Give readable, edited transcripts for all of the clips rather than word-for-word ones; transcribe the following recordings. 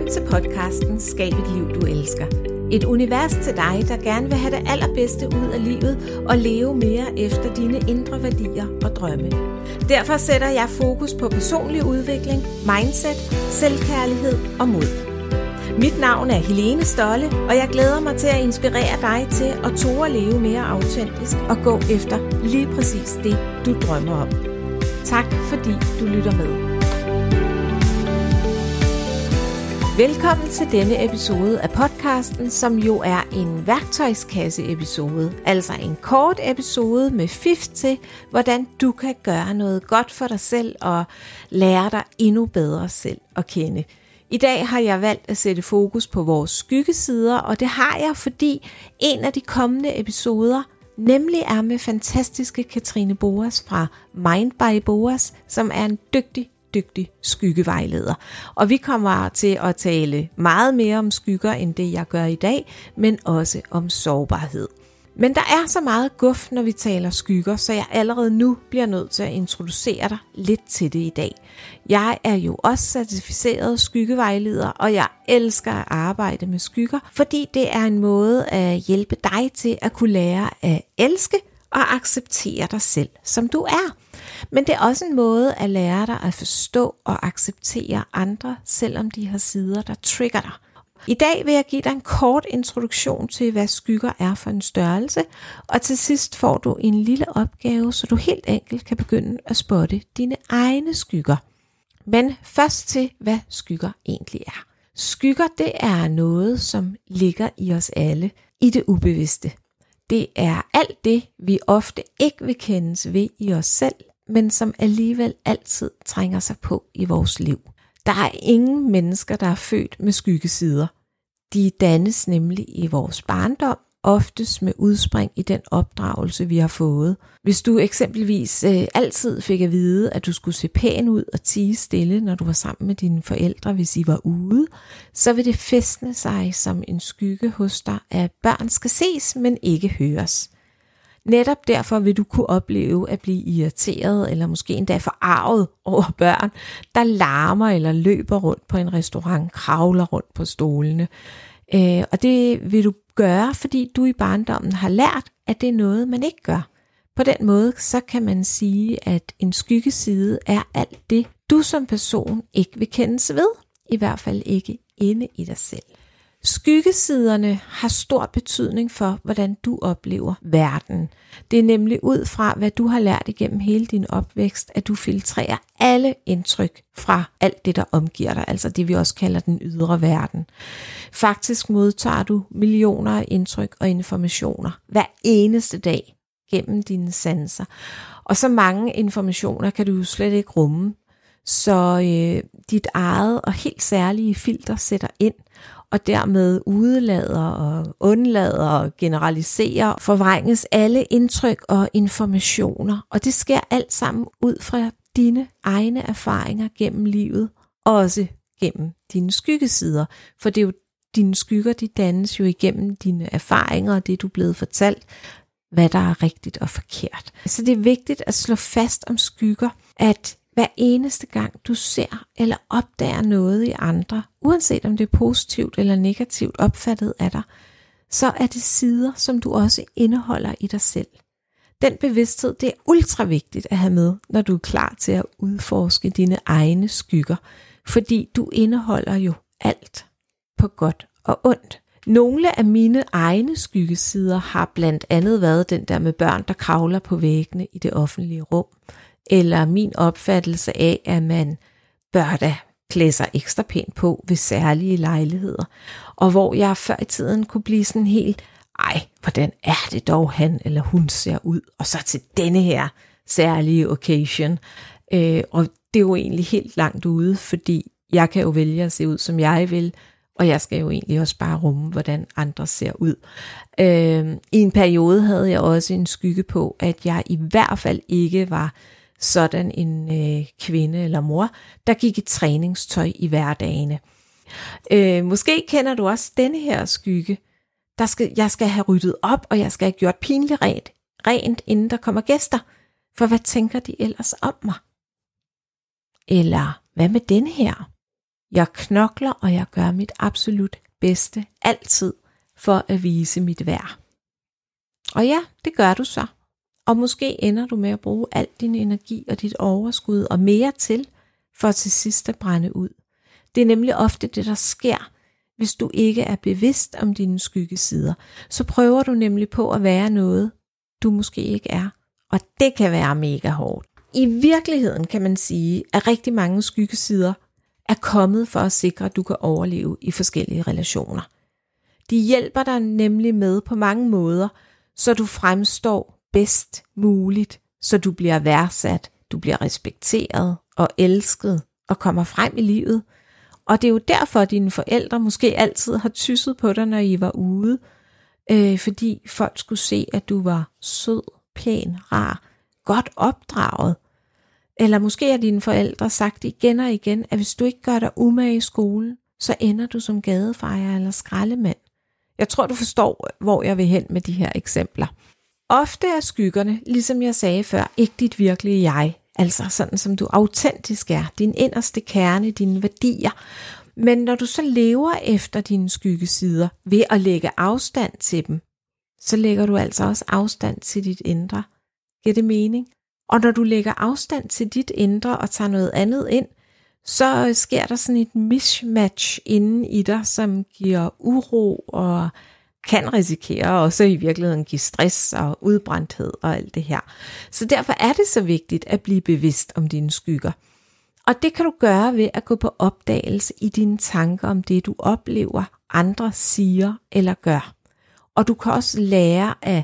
Velkommen til podcasten Skab et liv, du elsker. Et univers til dig, der gerne vil have det allerbedste ud af livet og leve mere efter dine indre værdier og drømme. Derfor sætter jeg fokus på personlig udvikling, mindset, selvkærlighed og mod. Mit navn er Helene Stolle, og jeg glæder mig til at inspirere dig til at tore at leve mere autentisk og gå efter lige præcis det, du drømmer om. Tak fordi du lytter med. Velkommen til denne episode af podcasten, som jo er en værktøjskasse-episode. Altså en kort episode med fif til, hvordan du kan gøre noget godt for dig selv og lære dig endnu bedre selv at kende. I dag har jeg valgt at sætte fokus på vores skyggesider, og det har jeg, fordi en af de kommende episoder nemlig er med fantastiske Katrine Boas fra Mind by Boas, som er en dygtig skyggevejleder. Og vi kommer til at tale meget mere om skygger, end det jeg gør i dag, men også om sårbarhed. Men der er så meget guf, når vi taler skygger, så jeg allerede nu bliver nødt til at introducere dig lidt til det i dag. Jeg er jo også certificeret skyggevejleder, og jeg elsker at arbejde med skygger, fordi det er en måde at hjælpe dig til at kunne lære at elske og acceptere dig selv, som du er. Men det er også en måde at lære dig at forstå og acceptere andre, selvom de har sider, der trigger dig. I dag vil jeg give dig en kort introduktion til, hvad skygger er for en størrelse, og til sidst får du en lille opgave, så du helt enkelt kan begynde at spotte dine egne skygger. Men først til, hvad skygger egentlig er. Skygger, det er noget, som ligger i os alle, i det ubevidste. Det er alt det, vi ofte ikke vil kendes ved i os selv, men som alligevel altid trænger sig på i vores liv. Der er ingen mennesker, der er født med skyggesider. De dannes nemlig i vores barndom, oftest med udspring i den opdragelse, vi har fået. Hvis du eksempelvis altid fik at vide, at du skulle se pæn ud og tie stille, når du var sammen med dine forældre, hvis I var ude, så vil det fæstne sig som en skygge hos dig, at børn skal ses, men ikke høres. Netop derfor vil du kunne opleve at blive irriteret eller måske endda forarvet over børn, der larmer eller løber rundt på en restaurant, kravler rundt på stolene. Og det vil du gøre, fordi du i barndommen har lært, at det er noget, man ikke gør. På den måde så kan man sige, at en skyggeside er alt det, du som person ikke vil kendes ved. I hvert fald ikke inde i dig selv. Skyggesiderne har stor betydning for, hvordan du oplever verden. Det er nemlig ud fra, hvad du har lært igennem hele din opvækst, at du filtrerer alle indtryk fra alt det, der omgiver dig, altså det vi også kalder den ydre verden. Faktisk modtager du millioner af indtryk og informationer hver eneste dag gennem dine sanser. Og så mange informationer kan du jo slet ikke rumme, så dit eget og helt særlige filter sætter ind, og dermed udelader og undlader og generaliserer, forvrænges alle indtryk og informationer. Og det sker alt sammen ud fra dine egne erfaringer gennem livet, og også gennem dine skyggesider. For det er jo dine skygger, de dannes jo igennem dine erfaringer, og det er du blevet fortalt, hvad der er rigtigt og forkert. Så det er vigtigt at slå fast om skygger, at hver eneste gang du ser eller opdager noget i andre, uanset om det er positivt eller negativt opfattet af dig, så er det sider, som du også indeholder i dig selv. Den bevidsthed, det er ultra vigtigt at have med, når du er klar til at udforske dine egne skygger, fordi du indeholder jo alt på godt og ondt. Nogle af mine egne skyggesider har blandt andet været den der med børn, der kravler på væggene i det offentlige rum, eller min opfattelse af, at man bør da klæde sig ekstra pænt på ved særlige lejligheder. Og hvor jeg før i tiden kunne blive sådan helt, hvordan er det dog han eller hun ser ud, og så til denne her særlige occasion. Og det er jo egentlig helt langt ude, fordi jeg kan jo vælge at se ud, som jeg vil, og jeg skal jo egentlig også bare rumme, hvordan andre ser ud. I en periode havde jeg også en skygge på, at jeg i hvert fald ikke var sådan en kvinde eller mor, der gik i træningstøj i hverdagene. Måske kender du også denne her skygge. Jeg skal have ryddet op, og jeg skal have gjort pinligt rent, inden der kommer gæster. For hvad tænker de ellers om mig? Eller hvad med denne her? Jeg knokler, og jeg gør mit absolut bedste altid for at vise mit værd. Og ja, det gør du så. Og måske ender du med at bruge al din energi og dit overskud og mere til, for til sidst at brænde ud. Det er nemlig ofte det, der sker, hvis du ikke er bevidst om dine skyggesider. Så prøver du nemlig på at være noget, du måske ikke er. Og det kan være mega hårdt. I virkeligheden kan man sige, at rigtig mange skyggesider er kommet for at sikre, at du kan overleve i forskellige relationer. De hjælper dig nemlig med på mange måder, så du fremstår bedst muligt, så du bliver værdsat, du bliver respekteret og elsket og kommer frem i livet. Og det er jo derfor, at dine forældre måske altid har tysset på dig, når I var ude, fordi folk skulle se, at du var sød, pæn, rar, godt opdraget. Eller måske har dine forældre sagt igen og igen, at hvis du ikke gør dig umage i skolen, så ender du som gadefejer eller skraldemand. Jeg tror, du forstår, hvor jeg vil hen med de her eksempler. Ofte er skyggerne, ligesom jeg sagde før, ikke dit virkelige jeg. Altså sådan som du autentisk er, din inderste kerne, dine værdier. Men når du så lever efter dine skyggesider ved at lægge afstand til dem, så lægger du altså også afstand til dit indre. Giver det mening? Og når du lægger afstand til dit indre og tager noget andet ind, så sker der sådan et mismatch inden i dig, som giver uro og kan risikere også i virkeligheden give stress og udbrændthed og alt det her. Så derfor er det så vigtigt at blive bevidst om dine skygger. Og det kan du gøre ved at gå på opdagelse i dine tanker om det, du oplever, andre siger eller gør. Og du kan også lære at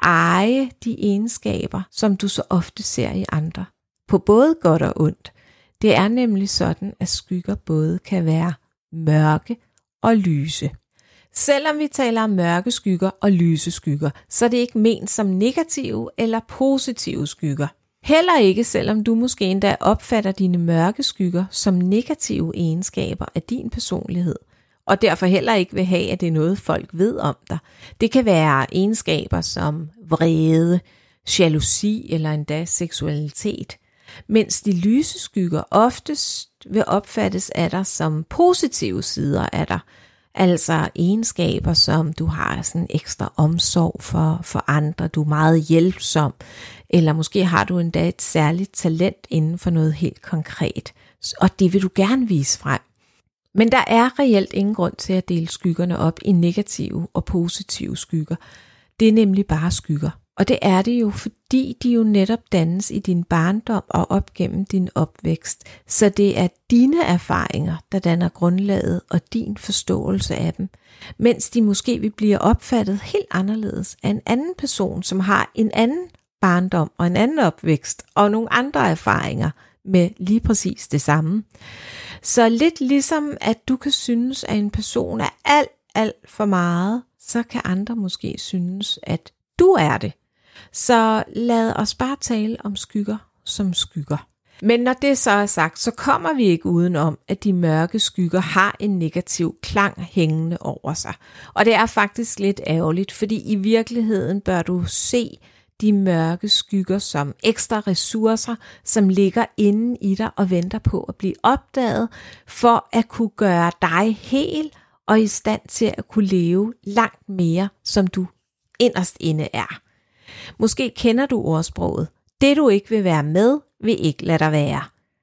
eje de egenskaber, som du så ofte ser i andre. På både godt og ondt. Det er nemlig sådan, at skygger både kan være mørke og lyse. Selvom vi taler om mørke skygger og lyse skygger, så er det ikke ment som negative eller positive skygger. Heller ikke selvom du måske endda opfatter dine mørke skygger som negative egenskaber af din personlighed, og derfor heller ikke vil have, at det er noget folk ved om dig. Det kan være egenskaber som vrede, jalousi eller endda seksualitet, mens de lyse skygger oftest vil opfattes af dig som positive sider af dig. Altså egenskaber, som du har sådan ekstra omsorg for andre, du er meget hjælpsom, eller måske har du endda et særligt talent inden for noget helt konkret, og det vil du gerne vise frem. Men der er reelt ingen grund til at dele skyggerne op i negative og positive skygger. Det er nemlig bare skygger. Og det er det jo, fordi de jo netop dannes i din barndom og op gennem din opvækst. Så det er dine erfaringer, der danner grundlaget og din forståelse af dem. Mens de måske vil blive opfattet helt anderledes af en anden person, som har en anden barndom og en anden opvækst og nogle andre erfaringer med lige præcis det samme. Så lidt ligesom at du kan synes, at en person er alt for meget, så kan andre måske synes, at du er det. Så lad os bare tale om skygger som skygger. Men når det så er sagt, så kommer vi ikke udenom, at de mørke skygger har en negativ klang hængende over sig. Og det er faktisk lidt ærgerligt, fordi i virkeligheden bør du se de mørke skygger som ekstra ressourcer, som ligger inde i dig og venter på at blive opdaget, for at kunne gøre dig hel og i stand til at kunne leve langt mere, som du inderst inde er. Måske kender du ordsproget. Det du ikke vil være med, vil ikke lade dig være.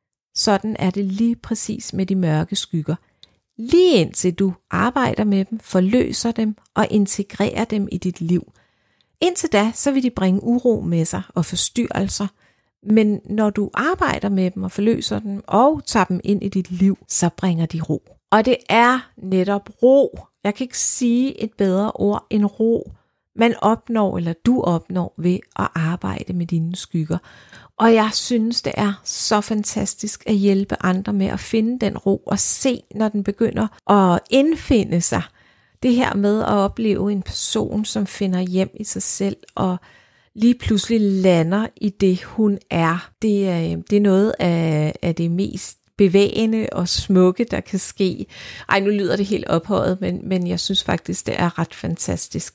Sådan er det lige præcis med de mørke skygger. Lige indtil du arbejder med dem, forløser dem og integrerer dem i dit liv. Indtil da, så vil de bringe uro med sig og forstyrrelser. Men når du arbejder med dem og forløser dem og tager dem ind i dit liv, så bringer de ro. Og det er netop ro. Jeg kan ikke sige et bedre ord end ro. Man opnår, eller du opnår, ved at arbejde med dine skygger. Og jeg synes, det er så fantastisk at hjælpe andre med at finde den ro og se, når den begynder at indfinde sig. Det her med at opleve en person, som finder hjem i sig selv og lige pludselig lander i det, hun er. Det er noget af det mest bevægende og smukke, der kan ske. Ej, nu lyder det helt ophøjet, men jeg synes faktisk, det er ret fantastisk.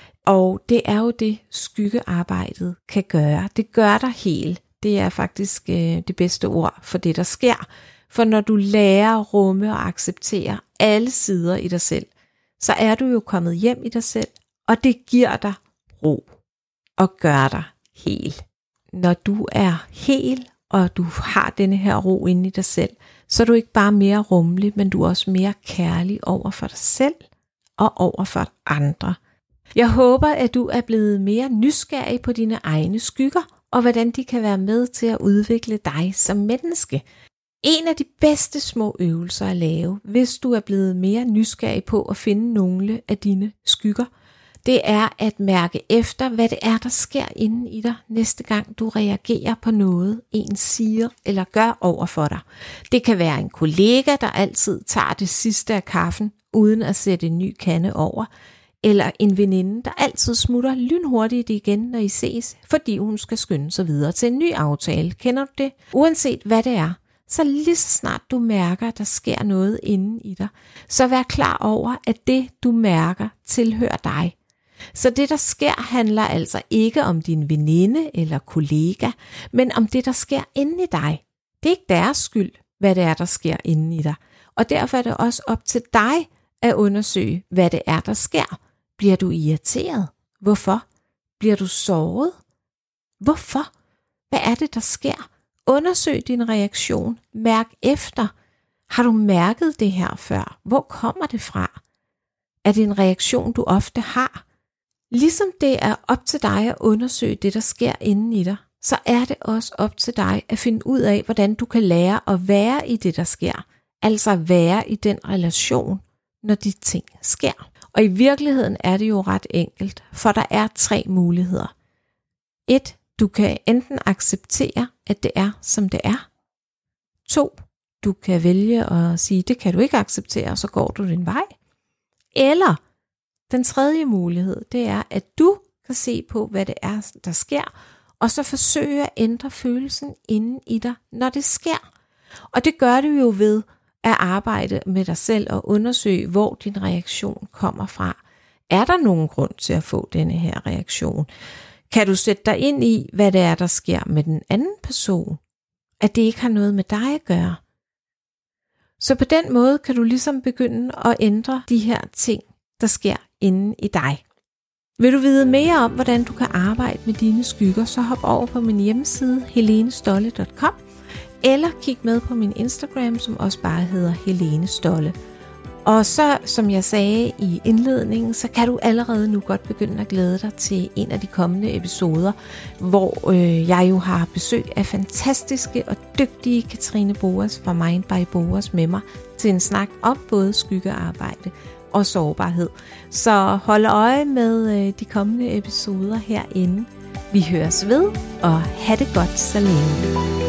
Og det er jo det, skyggearbejdet kan gøre. Det gør dig hel. Det er faktisk det bedste ord for det, der sker. For når du lærer at rumme og acceptere alle sider i dig selv, så er du jo kommet hjem i dig selv, og det giver dig ro og gør dig hel. Når du er hel, og du har denne her ro inde i dig selv, så er du ikke bare mere rummelig, men du er også mere kærlig over for dig selv og over for andre. Jeg håber, at du er blevet mere nysgerrig på dine egne skygger, og hvordan de kan være med til at udvikle dig som menneske. En af de bedste små øvelser at lave, hvis du er blevet mere nysgerrig på at finde nogle af dine skygger, det er at mærke efter, hvad det er, der sker inde i dig, næste gang du reagerer på noget, en siger eller gør over for dig. Det kan være en kollega, der altid tager det sidste af kaffen, uden at sætte en ny kande over, eller en veninde, der altid smutter lynhurtigt igen, når I ses, fordi hun skal skynde sig videre til en ny aftale. Kender du det? Uanset hvad det er, så lige så snart du mærker, at der sker noget inde i dig, så vær klar over, at det du mærker tilhører dig. Så det der sker handler altså ikke om din veninde eller kollega, men om det der sker inde i dig. Det er ikke deres skyld, hvad det er der sker inde i dig. Og derfor er det også op til dig at undersøge, hvad det er der sker. Bliver du irriteret? Hvorfor? Bliver du såret? Hvorfor? Hvad er det der sker? Undersøg din reaktion. Mærk efter. Har du mærket det her før? Hvor kommer det fra? Er det en reaktion du ofte har? Ligesom det er op til dig at undersøge det, der sker inde i dig, så er det også op til dig at finde ud af, hvordan du kan lære at være i det, der sker. Altså være i den relation, når de ting sker. Og i virkeligheden er det jo ret enkelt, for der er 3 muligheder. 1. Du kan enten acceptere, at det er, som det er. 2. Du kan vælge at sige, det kan du ikke acceptere, og så går du din vej. Eller den 3. mulighed, det er, at du kan se på, hvad det er, der sker, og så forsøge at ændre følelsen inde i dig, når det sker. Og det gør du jo ved at arbejde med dig selv og undersøge, hvor din reaktion kommer fra. Er der nogen grund til at få denne her reaktion? Kan du sætte dig ind i, hvad det er, der sker med den anden person? At det ikke har noget med dig at gøre. Så på den måde kan du ligesom begynde at ændre de her ting, der sker inde i dig. Vil du vide mere om, hvordan du kan arbejde med dine skygger, så hop over på min hjemmeside helenestolle.com eller kig med på min Instagram, som også bare hedder Helene Stolle. Og så, som jeg sagde i indledningen, så kan du allerede nu godt begynde at glæde dig til en af de kommende episoder, hvor jeg jo har besøg af fantastiske og dygtige Katrine Boas fra Mind by Boas med mig til en snak om både skyggearbejde og sårbarhed. Så hold øje med de kommende episoder herinde. Vi høres ved, og have det godt så længe.